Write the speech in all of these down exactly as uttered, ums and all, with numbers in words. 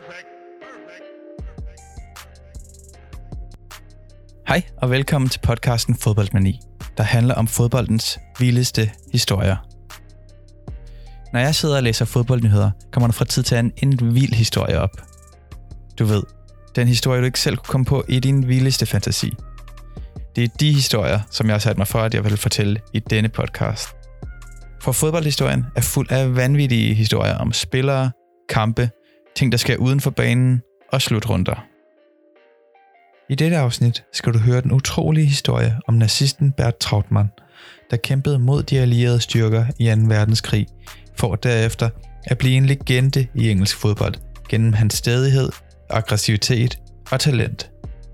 Perfect. Perfect. Hej og velkommen til podcasten Fodboldmani, der handler om fodboldens vildeste historier. Når jeg sidder og læser fodboldnyheder, kommer der fra tid til anden en vild historie op. Du ved, den historie du ikke selv kunne komme på i din vildeste fantasi. Det er de historier, som jeg har sat mig for, at jeg vil fortælle i denne podcast. For fodboldhistorien er fuld af vanvittige historier om spillere, kampe, ting der sker uden for banen og slutrunder. I dette afsnit skal du høre den utrolige historie om nazisten Bert Trautmann, der kæmpede mod de allierede styrker i anden verdenskrig, for derefter at blive en legende i engelsk fodbold gennem hans stædighed, aggressivitet og talent.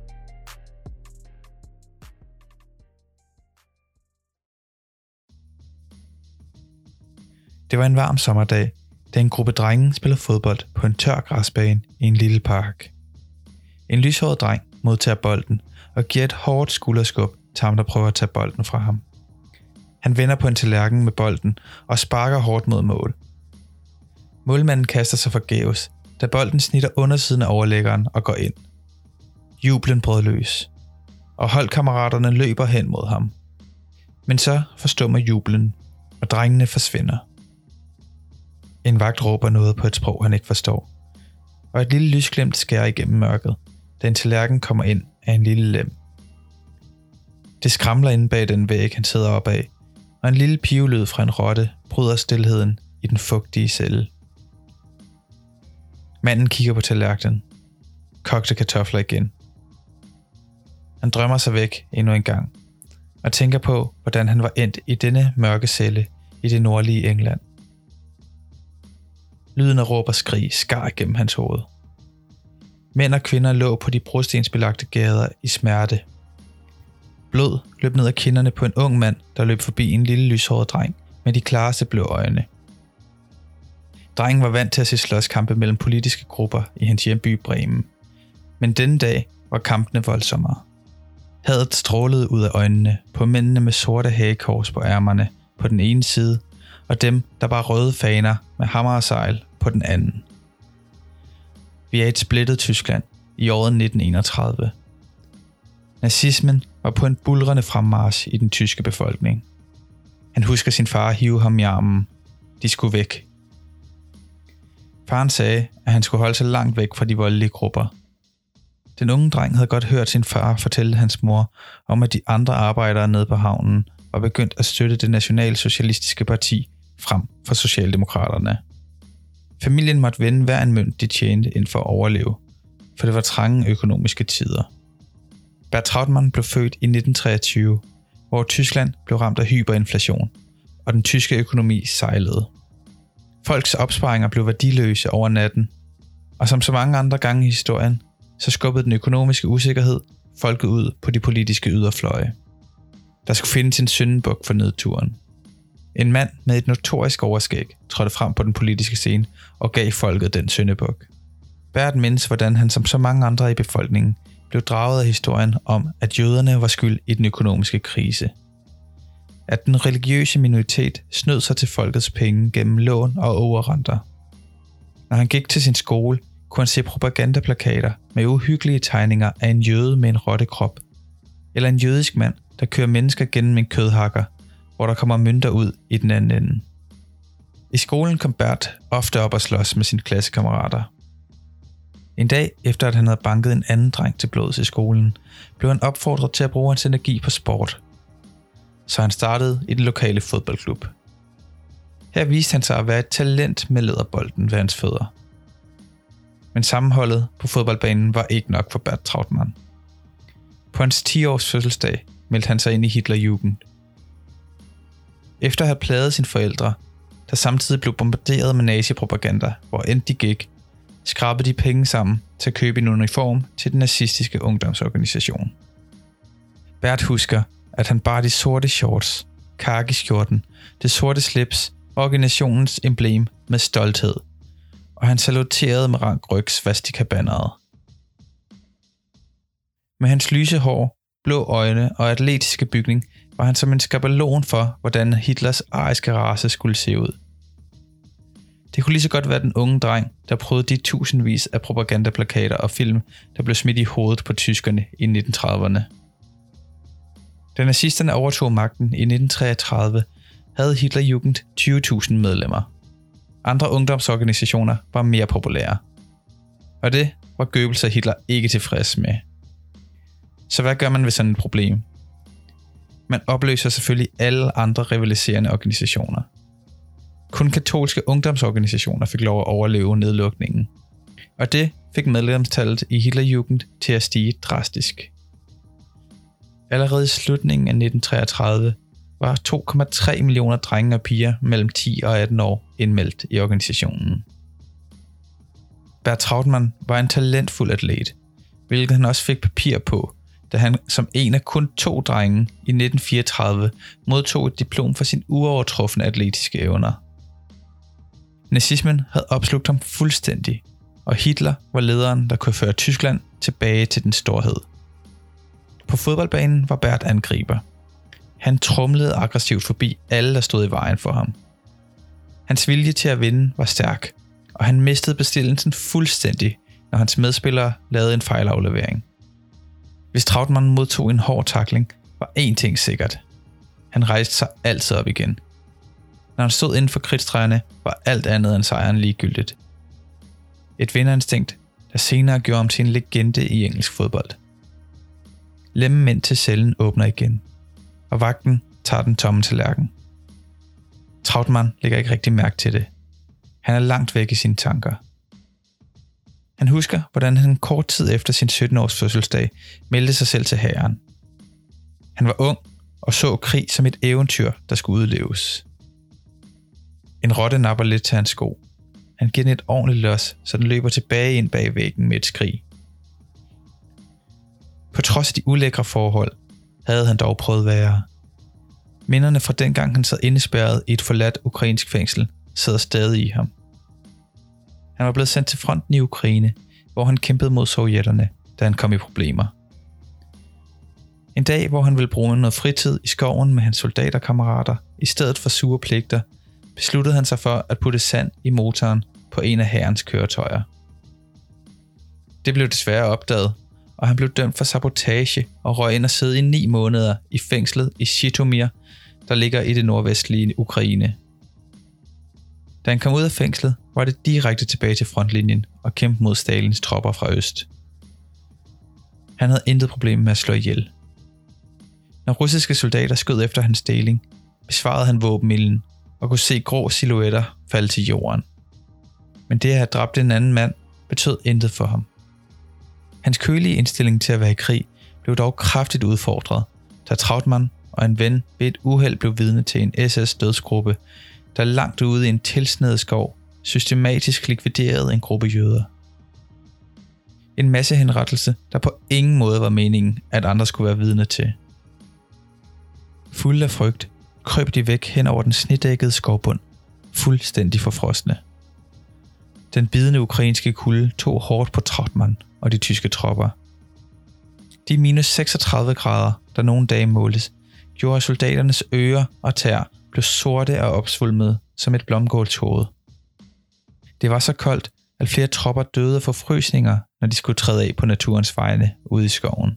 Det var en varm sommerdag, da en gruppe drenge spillede fodbold på en tør græsbane i en lille park. En lyshåret dreng modtager bolden og giver et hårdt skulderskub til ham, der prøver at tage bolden fra ham. Han vender på en tallerken med bolden og sparker hårdt mod mål. Målmanden kaster sig forgæves, da bolden snitter undersiden af overlæggeren og går ind. Jublen brød løs, og holdkammeraterne løber hen mod ham. Men så forstummer jublen, og drengene forsvinder. En vagt råber noget på et sprog, han ikke forstår, og et lille lysglimt skærer igennem mørket, da en tallerken kommer ind af en lille lem. Det skramler inde bag den væg, han sidder op af, og en lille pivlyd fra en rotte bryder stilheden i den fugtige celle. Manden kigger på tallerkenen. Kogte kartofler igen. Han drømmer sig væk endnu en gang, og tænker på, hvordan han var endt i denne mørke celle i det nordlige England. Lyden af råb og skrig skar igennem hans hoved. Mænd og kvinder lå på de brostensbelagte gader i smerte. Blod løb ned ad kinderne på en ung mand, der løb forbi en lille lyshåret dreng med de klareste blå øjne. Drengen var vant til at se slåskampe mellem politiske grupper i hans hjemby Bremen. Men denne dag var kampene voldsommere. Hadet strålede ud af øjnene på mændene med sorte hagekors på ærmerne på den ene side, og dem, der bar røde faner med hammer og sejl på den anden. Vi er i et splittet Tyskland i året nitten enogtredive. Nazismen var på en buldrende fremmarch i den tyske befolkning. Han husker sin far hive ham i armen. De skulle væk. Faren sagde, at han skulle holde sig langt væk fra de voldelige grupper. Den unge dreng havde godt hørt sin far fortælle hans mor om, at de andre arbejdere nede på havnen var begyndt at støtte det nationalsocialistiske parti frem for socialdemokraterne. Familien måtte vende hver en mønt, de tjente ind for at overleve, for det var trange økonomiske tider. Bert Trautmann blev født i nitten treogtyve, hvor Tyskland blev ramt af hyperinflation, og den tyske økonomi sejlede. Folks opsparinger blev værdiløse over natten, og som så mange andre gange i historien, så skubbede den økonomiske usikkerhed folket ud på de politiske yderfløje. Der skulle findes en syndebuk for nedturen. En mand med et notorisk overskæg trådte frem på den politiske scene og gav folket den syndebuk. Bert mindes, hvordan han som så mange andre i befolkningen blev draget af historien om, at jøderne var skyld i den økonomiske krise. At den religiøse minoritet snød sig til folkets penge gennem lån og overrenter. Når han gik til sin skole, kunne han se propagandaplakater med uhyggelige tegninger af en jøde med en rottekrop, eller en jødisk mand, der kører mennesker gennem en kødhakker, hvor der kommer mønter ud i den anden ende. I skolen kom Bert ofte op og slås med sine klassekammerater. En dag, efter at han havde banket en anden dreng til blods i skolen, blev han opfordret til at bruge hans energi på sport. Så han startede i den lokale fodboldklub. Her viste han sig at være et talent med læderbolden ved hans fødder. Men sammenholdet på fodboldbanen var ikke nok for Bert Trautmann. På hans ti års fødselsdag meldte han sig ind i Hitlerjugend. Efter at have plaget sine forældre, der samtidig blev bombarderet med nazipropaganda, hvor end de gik, skrabede de penge sammen til at købe en uniform til den nazistiske ungdomsorganisation. Bert husker, at han bar de sorte shorts, khaki-skjorten, det sorte slips og organisationens emblem med stolthed, og han saluterede med rank ryg svastika-banneret. Med hans lyse hår, blå øjne og atletiske bygning var han som en skabelon for, hvordan Hitlers ariske race skulle se ud. Det kunne lige så godt være den unge dreng, der prøvede de tusindvis af propagandaplakater og film, der blev smidt i hovedet på tyskerne i nitten trediverne. Da nazisterne overtog magten i nitten treogtredive, havde Hitlerjugend tyve tusind medlemmer. Andre ungdomsorganisationer var mere populære. Og det var Goebbels og Hitler ikke tilfreds med. Så hvad gør man ved sådan et problem? Man opløser selvfølgelig alle andre rivaliserende organisationer. Kun katolske ungdomsorganisationer fik lov at overleve nedlukningen. Og det fik medlemstallet i Hitlerjugend til at stige drastisk. Allerede i slutningen af nitten treogtredive var to komma tre millioner drenge og piger mellem ti og atten år indmeldt i organisationen. Bert Trautmann var en talentfuld atlet, hvilket han også fik papir på, da han som en af kun to drenge i nitten fireogtredive modtog et diplom for sin uovertrufne atletiske evner. Nazismen havde opslugt ham fuldstændig, og Hitler var lederen, der kunne føre Tyskland tilbage til den storhed. På fodboldbanen var Bert angriber. Han tromlede aggressivt forbi alle, der stod i vejen for ham. Hans vilje til at vinde var stærk, og han mistede bestillelsen fuldstændig, når hans medspillere lavede en fejlaflevering. Hvis Trautmann modtog en hård tackling, var én ting sikkert. Han rejste sig altid op igen. Når han stod inden for kridtstregerne, var alt andet end sejren ligegyldigt. Et vinderinstinkt, der senere gjorde ham til en legende i engelsk fodbold. Lemmen ind til cellen åbner igen, og vagten tager den tomme tallerken. Trautmann lægger ikke rigtig mærke til det. Han er langt væk i sine tanker. Han husker, hvordan han kort tid efter sin sytten-års fødselsdag meldte sig selv til hæren. Han var ung og så krig som et eventyr, der skulle udleves. En rotte napper lidt til hans sko. Han giver den et ordentligt los, så den løber tilbage ind bag væggen med et skrig. På trods af de ulækre forhold, havde han dog prøvet værre. Minderne fra dengang han sad indespærret i et forladt ukrainsk fængsel, sidder stadig i ham. Han var blevet sendt til fronten i Ukraine, hvor han kæmpede mod sovjetterne, da han kom i problemer. En dag, hvor han ville bruge noget fritid i skoven med hans soldaterkammerater, i stedet for sure pligter, besluttede han sig for at putte sand i motoren på en af hærens køretøjer. Det blev desværre opdaget, og han blev dømt for sabotage og røg ind og sidde i ni måneder i fængslet i Zhytomyr, der ligger i det nordvestlige Ukraine. Da han kom ud af fængslet, var det direkte tilbage til frontlinjen og kæmpe mod Stalins tropper fra øst. Han havde intet problem med at slå ihjel. Når russiske soldater skød efter hans deling, besvarede han våbenilden og kunne se grå silhuetter falde til jorden. Men det at have dræbt en anden mand betød intet for ham. Hans kølige indstilling til at være i krig blev dog kraftigt udfordret, da Trautmann og en ven ved et uheld blev vidne til en S S-dødsgruppe, der langt ude i en tilsnedet skov systematisk likviderede en gruppe jøder. En massehenrettelse, der på ingen måde var meningen, at andre skulle være vidne til. Fulde af frygt krøb de væk hen over den snedækkede skovbund, fuldstændig forfrosne. Den bidende ukrainske kulde tog hårdt på Trautmann og de tyske tropper. De minus seksogtredive grader, der nogle dage måles, gjorde at soldaternes ører og tær blev sorte og opsvulmede som et blomkålshoved. Det var så koldt, at flere tropper døde af forfrysninger, når de skulle træde af på naturens vegne ude i skoven.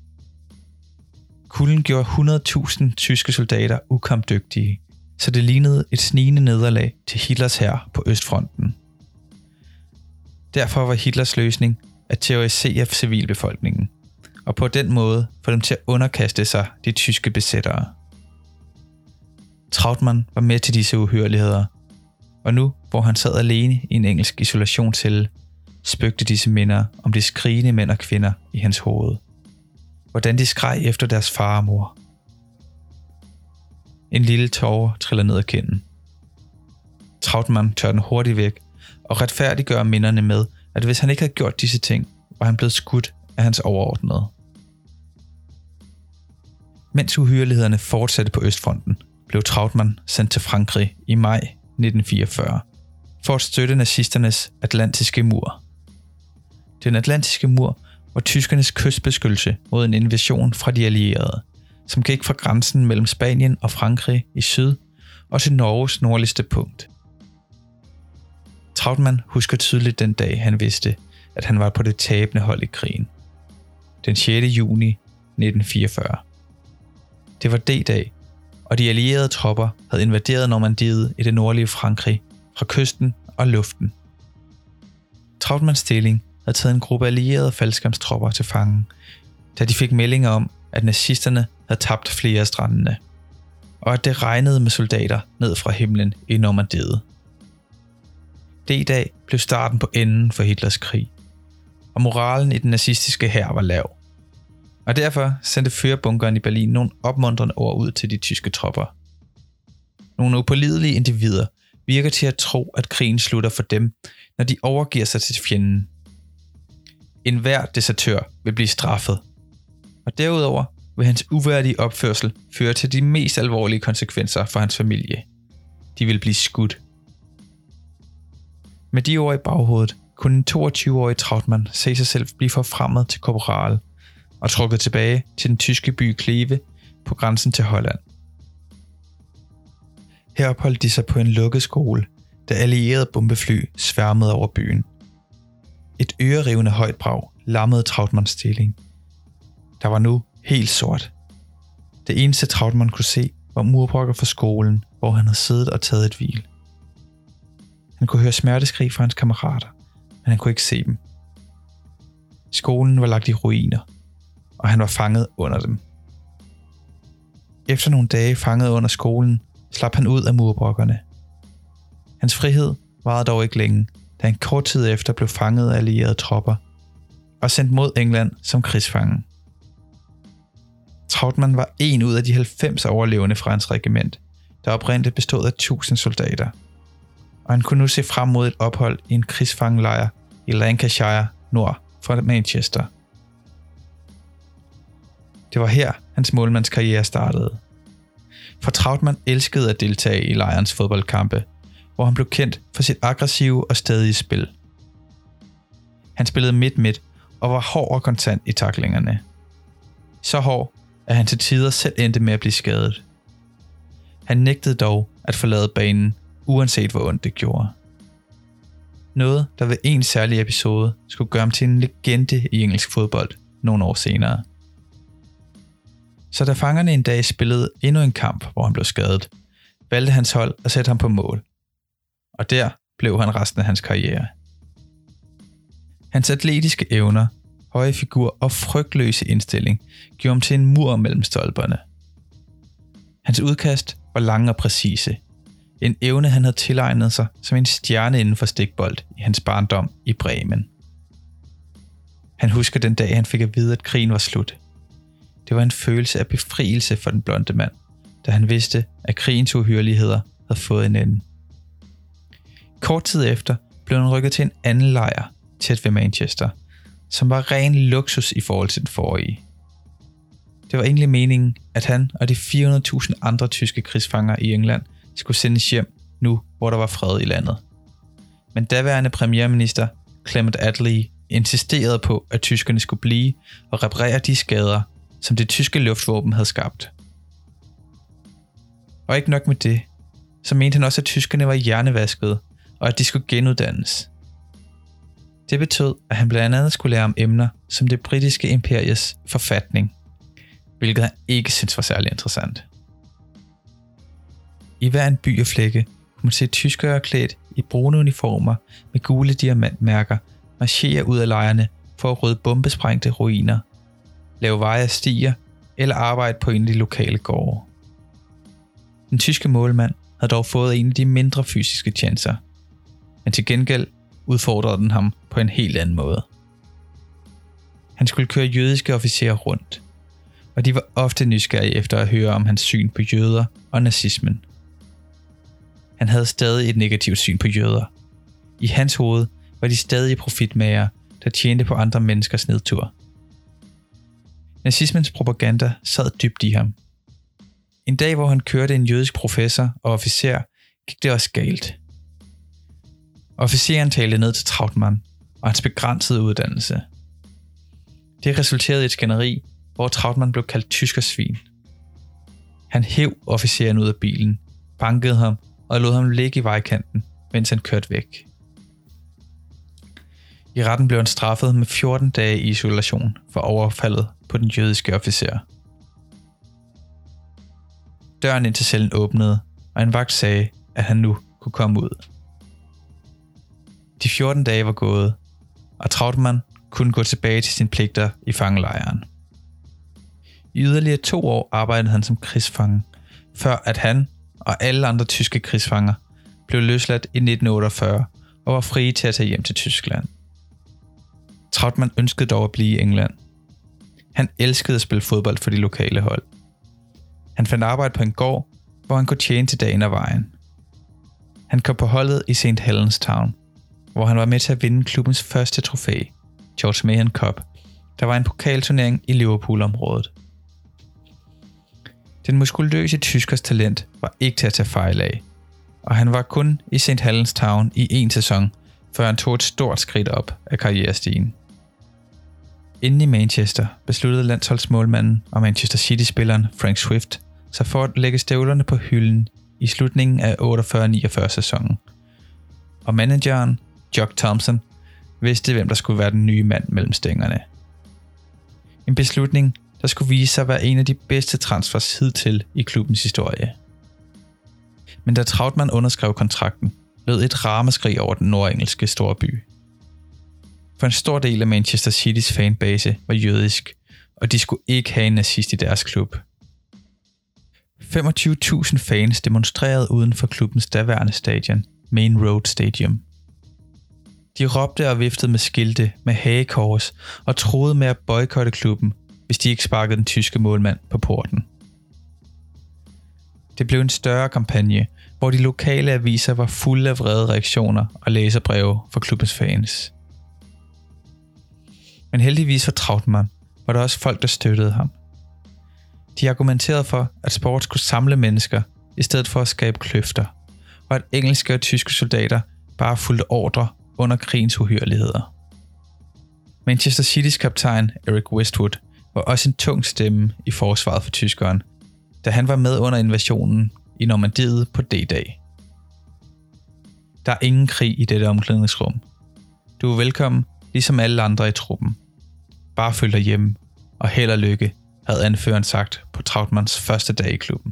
Kulden gjorde hundrede tusind tyske soldater ukampdygtige, så det lignede et snigende nederlag til Hitlers hær på Østfronten. Derfor var Hitlers løsning at terrorisere civilbefolkningen, og på den måde få dem til at underkaste sig de tyske besættere. Trautmann var med til disse uhyrligheder, og nu, hvor han sad alene i en engelsk isolationscelle, spøgte disse minder om de skrigende mænd og kvinder i hans hoved. Hvordan de skreg efter deres far og mor. En lille tåre triller ned ad kinden. Trautmann tør den hurtigt væk og retfærdiggør minderne med, at hvis han ikke havde gjort disse ting, var han blevet skudt af hans overordnede. Mens uhyrlighederne fortsatte på Østfronten, blev Trautmann sendt til Frankrig i maj nitten fireogfyrre for at støtte nazisternes atlantiske mur. Den atlantiske mur var tyskernes kystbeskyttelse mod en invasion fra de allierede, som gik fra grænsen mellem Spanien og Frankrig i syd og til Norges nordligste punkt. Trautmann husker tydeligt den dag, han vidste, at han var på det tabende hold i krigen. Den sjette juni nitten fireogfyrre. Det var D-dag, og de allierede tropper havde invaderet Normandiet i det nordlige Frankrig fra kysten og luften. Trautmanns stilling havde taget en gruppe allierede faldskærmstropper til fange, da de fik meldinger om, at nazisterne havde tabt flere af strandene, og at det regnede med soldater ned fra himlen i Normandiet. D-dag blev starten på enden for Hitlers krig, og moralen i den nazistiske hær var lav. Og derfor sendte førerbunkeren i Berlin nogle opmuntrende ord ud til de tyske tropper. Nogle upålidelige individer virker til at tro, at krigen slutter for dem, når de overgiver sig til fjenden. En hver desertør vil blive straffet, og derudover vil hans uværdige opførsel føre til de mest alvorlige konsekvenser for hans familie. De vil blive skudt. Med de ord i baghovedet kunne en toogtyve-årig Trautmann se sig selv blive forfremmet til korporal og trukket tilbage til den tyske by Kleve på grænsen til Holland. Her opholdt de sig på en lukket skole, da allierede bombefly sværmede over byen. Et ørerivende højt brag lammede Trautmanns stilling. Der var nu helt sort. Det eneste Trautmann kunne se var murbrokker fra skolen, hvor han havde siddet og taget et hvil. Han kunne høre smerteskrig fra hans kammerater, men han kunne ikke se dem. Skolen var lagt i ruiner, og han var fanget under dem. Efter nogle dage fanget under skolen, slap han ud af murbrokkerne. Hans frihed varede dog ikke længe, da han kort tid efter blev fanget af allierede tropper og sendt mod England som krigsfange. Trautmann var en ud af de halvfems overlevende fra hans regiment, der oprindeligt bestod af tusind soldater, og han kunne nu se frem mod et ophold i en krigsfangelejr i Lancashire nord for Manchester. Det var her, hans målmandskarriere startede. For Trautmann elskede at deltage i lejrens fodboldkampe, hvor han blev kendt for sit aggressive og stadige spil. Han spillede midt-midt og var hård og kontant i taklingerne. Så hård, at han til tider selv endte med at blive skadet. Han nægtede dog at forlade banen, uanset hvor ondt det gjorde. Noget, der ved en særlig episode skulle gøre ham til en legende i engelsk fodbold nogle år senere. Så da fangerne en dag spillede endnu en kamp, hvor han blev skadet, valgte hans hold at sætte ham på mål. Og der blev han resten af hans karriere. Hans atletiske evner, høje figur og frygtløse indstilling gjorde ham til en mur mellem stolperne. Hans udkast var lange og præcise. En evne, han havde tilegnet sig som en stjerne inden for stikbold i hans barndom i Bremen. Han husker den dag, han fik at vide, at krigen var slut. Det var en følelse af befrielse for den blonde mand, da han vidste, at krigens uhyreligheder havde fået en ende. Kort tid efter blev han rykket til en anden lejr tæt ved Manchester, som var ren luksus i forhold til den forrige. Det var egentlig meningen, at han og de fire hundrede tusind andre tyske krigsfanger i England skulle sendes hjem nu, hvor der var fred i landet. Men daværende premierminister Clement Attlee insisterede på, at tyskerne skulle blive og reparere de skader, som det tyske luftvåben havde skabt. Og ikke nok med det, så mente han også, at tyskerne var hjernevaskede, og at de skulle genuddannes. Det betød, at han blandt andet skulle lære om emner som det britiske imperies forfatning, hvilket han ikke syntes var særlig interessant. I hver en by og flække kunne man se tyskere klædt i brune uniformer med gule diamantmærker marchere ud af lejrene for at rydde bombesprængte ruiner, lave veje af stier eller arbejde på en af de lokale gårde. Den tyske målmand havde dog fået en af de mindre fysiske tjenester, men til gengæld udfordrede den ham på en helt anden måde. Han skulle køre jødiske officerer rundt, og de var ofte nysgerrige efter at høre om hans syn på jøder og nazismen. Han havde stadig et negativt syn på jøder. I hans hoved var de stadig profitmagere, der tjente på andre menneskers nedtur. Nazismens propaganda sad dybt i ham. En dag, hvor han kørte en jødisk professor og officer, gik det også galt. Officeren talte ned til Trautmann og hans begrænsede uddannelse. Det resulterede i et skænderi, hvor Trautmann blev kaldt tyskersvin. Han hev officeren ud af bilen, bankede ham og lod ham ligge i vejkanten, mens han kørte væk. I retten blev han straffet med fjorten dage i isolation for overfaldet på den jødiske officer. Døren ind til cellen åbnede, og en vagt sagde, at han nu kunne komme ud. De fjorten dage var gået, og Trautmann kunne gå tilbage til sine pligter i fangelejren. I yderligere to år arbejdede han som krigsfange, før at han og alle andre tyske krigsfanger blev løsladt i nitten otteogfyrre og var frie til at tage hjem til Tyskland. Trautmann ønskede dog at blive i England. Han elskede at spille fodbold for de lokale hold. Han fandt arbejde på en gård, hvor han kunne tjene til dagen og vejen. Han kom på holdet i Saint Helens Town, hvor han var med til at vinde klubbens første trofæ, George Mahon Cup, der var en pokalturnering i Liverpool-området. Den muskuløse tyskers talent var ikke til at tage fejl af, og han var kun i Saint Helens Town i en sæson, før han tog et stort skridt op af karrierestigen. Inden i Manchester besluttede landsholdsmålmanden og Manchester City-spilleren Frank Swift sig for at lægge støvlerne på hylden i slutningen af otteogfyrre niogfyrre sæsonen, og manageren Jock Thompson vidste, hvem der skulle være den nye mand mellem stængerne. En beslutning, der skulle vise sig at være en af de bedste transfers hidtil i klubbens historie. Men da Trautmann underskrev kontrakten, lød et ramaskrig over den nordengelske storby. For en stor del af Manchester Citys fanbase var jødisk, og de skulle ikke have en nazist i deres klub. femogtyve tusind fans demonstrerede uden for klubbens daværende stadion, Main Road Stadium. De råbte og viftede med skilte med hagekors og troede med at boykotte klubben, hvis de ikke sparkede den tyske målmand på porten. Det blev en større kampagne, hvor de lokale aviser var fulde af vrede reaktioner og læserbreve fra klubbens fans. Men heldigvis for Trautmann var der også folk, der støttede ham. De argumenterede for, at sport skulle samle mennesker, i stedet for at skabe kløfter, og at engelske og tyske soldater bare fulgte ordre under krigens uhyreligheder. Manchester Citys kaptajn Eric Westwood var også en tung stemme i forsvaret for tyskeren, da han var med under invasionen i Normandiet på D-dag. Der er ingen krig i dette omklædningsrum. Du er velkommen, ligesom alle andre i truppen. Bare følg dig hjemme, og held og lykke, havde anføreren sagt på Trautmanns første dag i klubben.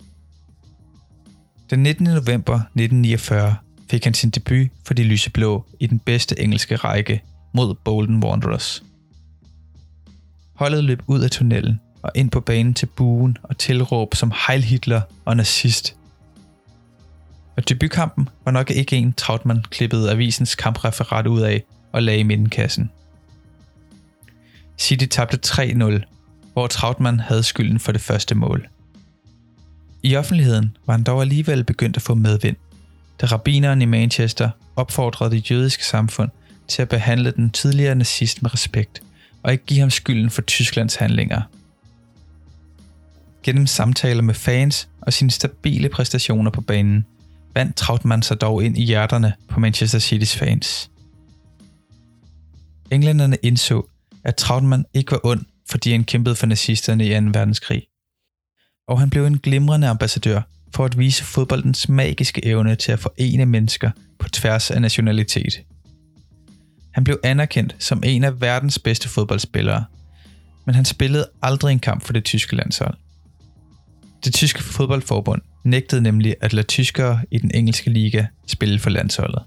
Den nittende november nitten niogfyrre fik han sin debut for de lyseblå i den bedste engelske række mod Bolton Wanderers. Holdet løb ud af tunnelen og ind på banen til buen og tilråb som Heil Hitler og nazist. Og debutkampen var nok ikke en, Trautmann klippede avisens kampreferat ud af og lagde i midtenkassen. City tabte tre nul, hvor Trautmann havde skylden for det første mål. I offentligheden var han dog alligevel begyndt at få medvind, da rabbineren i Manchester opfordrede det jødiske samfund til at behandle den tidligere nazist med respekt og ikke give ham skylden for Tysklands handlinger. Gennem samtaler med fans og sine stabile præstationer på banen, vandt Trautmann sig dog ind i hjerterne på Manchester Citys fans. Englænderne indså, at Trautmann ikke var ond, fordi han kæmpede for nazisterne i anden verdenskrig. Og han blev en glimrende ambassadør for at vise fodboldens magiske evne til at forene mennesker på tværs af nationalitet. Han blev anerkendt som en af verdens bedste fodboldspillere, men han spillede aldrig en kamp for det tyske landshold. Det tyske fodboldforbund nægtede nemlig at lade tyskere i den engelske liga spille for landsholdet.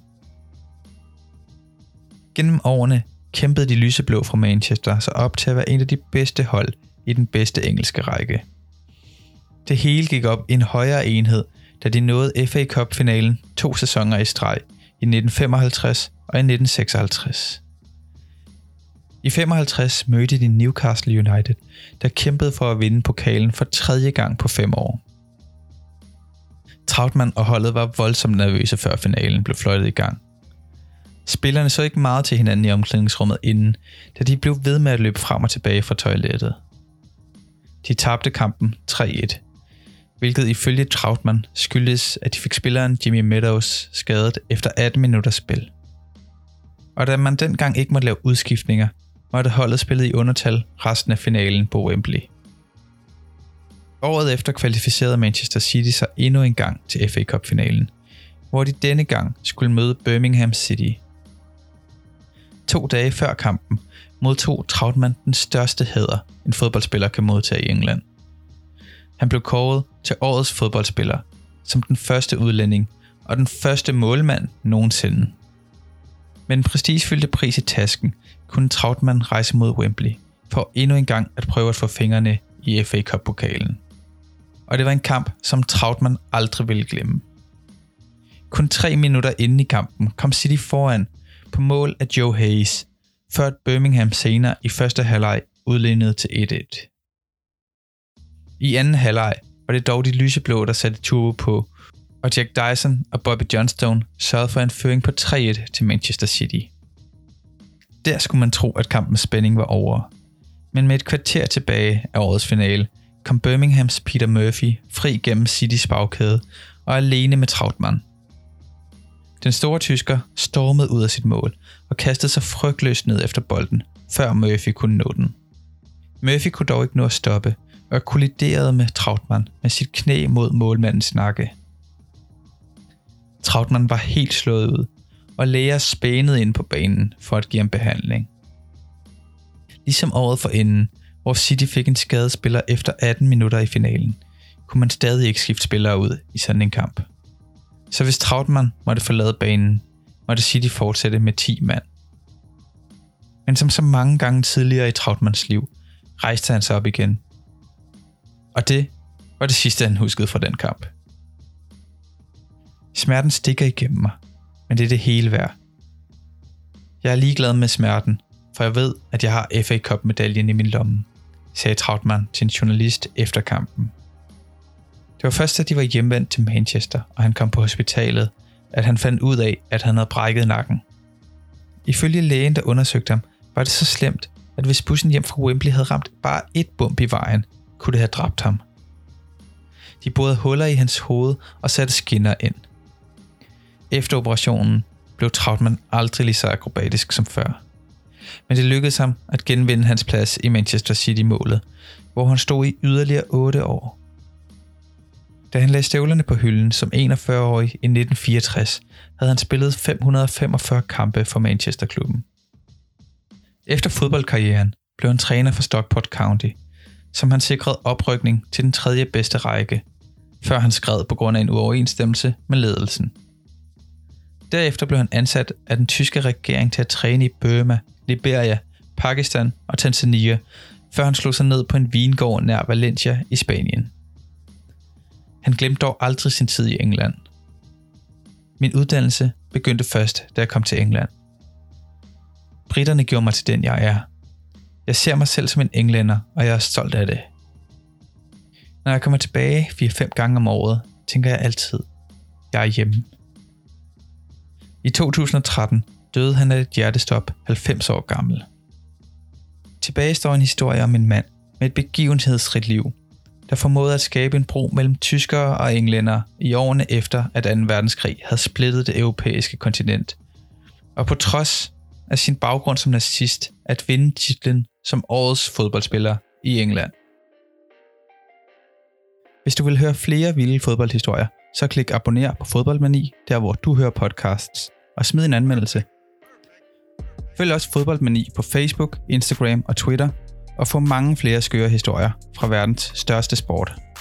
Gennem årene kæmpede de lyseblå fra Manchester sig op til at være en af de bedste hold i den bedste engelske række. Det hele gik op i en højere enhed, da de nåede F A Cup-finalen to sæsoner i streg i nitten femoghalvtreds og i nitten seksoghalvtreds. I femoghalvtreds mødte de Newcastle United, der kæmpede for at vinde pokalen for tredje gang på fem år. Trautmann og holdet var voldsomt nervøse før finalen blev fløjtet i gang. Spillerne så ikke meget til hinanden i omklædningsrummet inden, da de blev ved med at løbe frem og tilbage fra toilettet. De tabte kampen tre et, hvilket ifølge Trautmann skyldtes, at de fik spilleren Jimmy Meadows skadet efter atten minutters spil. Og da man dengang ikke måtte lave udskiftninger, måtte holdet spillet i undertal resten af finalen på Wembley. Året efter kvalificerede Manchester City sig endnu en gang til F A Cup-finalen, hvor de denne gang skulle møde Birmingham City. To dage før kampen modtog Trautmann den største hæder, en fodboldspiller kan modtage i England. Han blev kåret til årets fodboldspiller, som den første udlænding og den første målmand nogensinde. Med den prestigefyldte pris i tasken kunne Trautmann rejse mod Wembley for endnu en gang at prøve at få fingrene i F A Cup-pokalen. Og det var en kamp, som Trautmann aldrig ville glemme. Kun tre minutter inde i kampen kom City foran på mål af Joe Hayes, før Birmingham senere i første halvleg udlignede til et et. I anden halvleg var det dog de lyseblå, der satte turbo på, og Jack Dyson og Bobby Johnstone sørgede for en føring på tre et til Manchester City. Der skulle man tro, at kampens spænding var over. Men med et kvarter tilbage af årets finale, kom Birminghams Peter Murphy fri gennem Citys bagkæde og alene med Trautmann. Den store tysker stormede ud af sit mål og kastede sig frygtløst ned efter bolden, før Murphy kunne nå den. Murphy kunne dog ikke nå at stoppe og kolliderede med Trautmann med sit knæ mod målmandens nakke. Trautmann var helt slået ud, og læger spænede ind på banen for at give ham behandling. Ligesom året forinden, hvor City fik en skadespiller efter atten minutter i finalen, kunne man stadig ikke skifte spillere ud i sådan en kamp. Så hvis Trautmann måtte forlade banen, måtte City fortsætte med ti mand. Men som så mange gange tidligere i Trautmanns liv, rejste han sig op igen. Og det var det sidste, han huskede fra den kamp. Smerten stikker igennem mig, men det er det hele værd. Jeg er ligeglad med smerten, for jeg ved, at jeg har F A Cup-medaljen i min lomme, sagde Trautmann til en journalist efter kampen. Det var først, da de var hjemvendt til Manchester, og han kom på hospitalet, at han fandt ud af, at han havde brækket nakken. Ifølge lægen, der undersøgte ham, var det så slemt, at hvis bussen hjem fra Wembley havde ramt bare et bump i vejen, kunne det have dræbt ham. De borede huller i hans hoved og satte skinner ind. Efter operationen blev Trautmann aldrig lige så akrobatisk som før. Men det lykkedes ham at genvinde hans plads i Manchester City-målet, hvor han stod i yderligere otte år. Da han lagde støvlerne på hylden som enogfyrre-årig i nitten fireogtres, havde han spillet fem hundrede femogfyrre kampe for Manchester-klubben. Efter fodboldkarrieren blev han træner for Stockport County, som han sikrede oprykning til den tredje bedste række, før han skred på grund af en uoverensstemmelse med ledelsen. Derefter blev han ansat af den tyske regering til at træne i Burma, Liberia, Pakistan og Tanzania, før han slog sig ned på en vingård nær Valencia i Spanien. Han glemte dog aldrig sin tid i England. Min uddannelse begyndte først, da jeg kom til England. Briterne gjorde mig til den, jeg er. Jeg ser mig selv som en englænder, og jeg er stolt af det. Når jeg kommer tilbage fire-fem gange om året, tænker jeg altid, jeg er hjemme. I to tusind og tretten døde han af et hjertestop halvfems år gammel. Tilbage står en historie om en mand med et begivenhedsrigt liv, der formåede at skabe en bro mellem tyskere og englændere i årene efter, at anden verdenskrig havde splittet det europæiske kontinent, og på trods af sin baggrund som nazist at vinde titlen som årets fodboldspiller i England. Hvis du vil høre flere vilde fodboldhistorier, så klik abonner på Fodboldmani, der hvor du hører podcasts, og smid en anmeldelse. Følg også Fodboldmani på Facebook, Instagram og Twitter, og få mange flere skøre historier fra verdens største sport.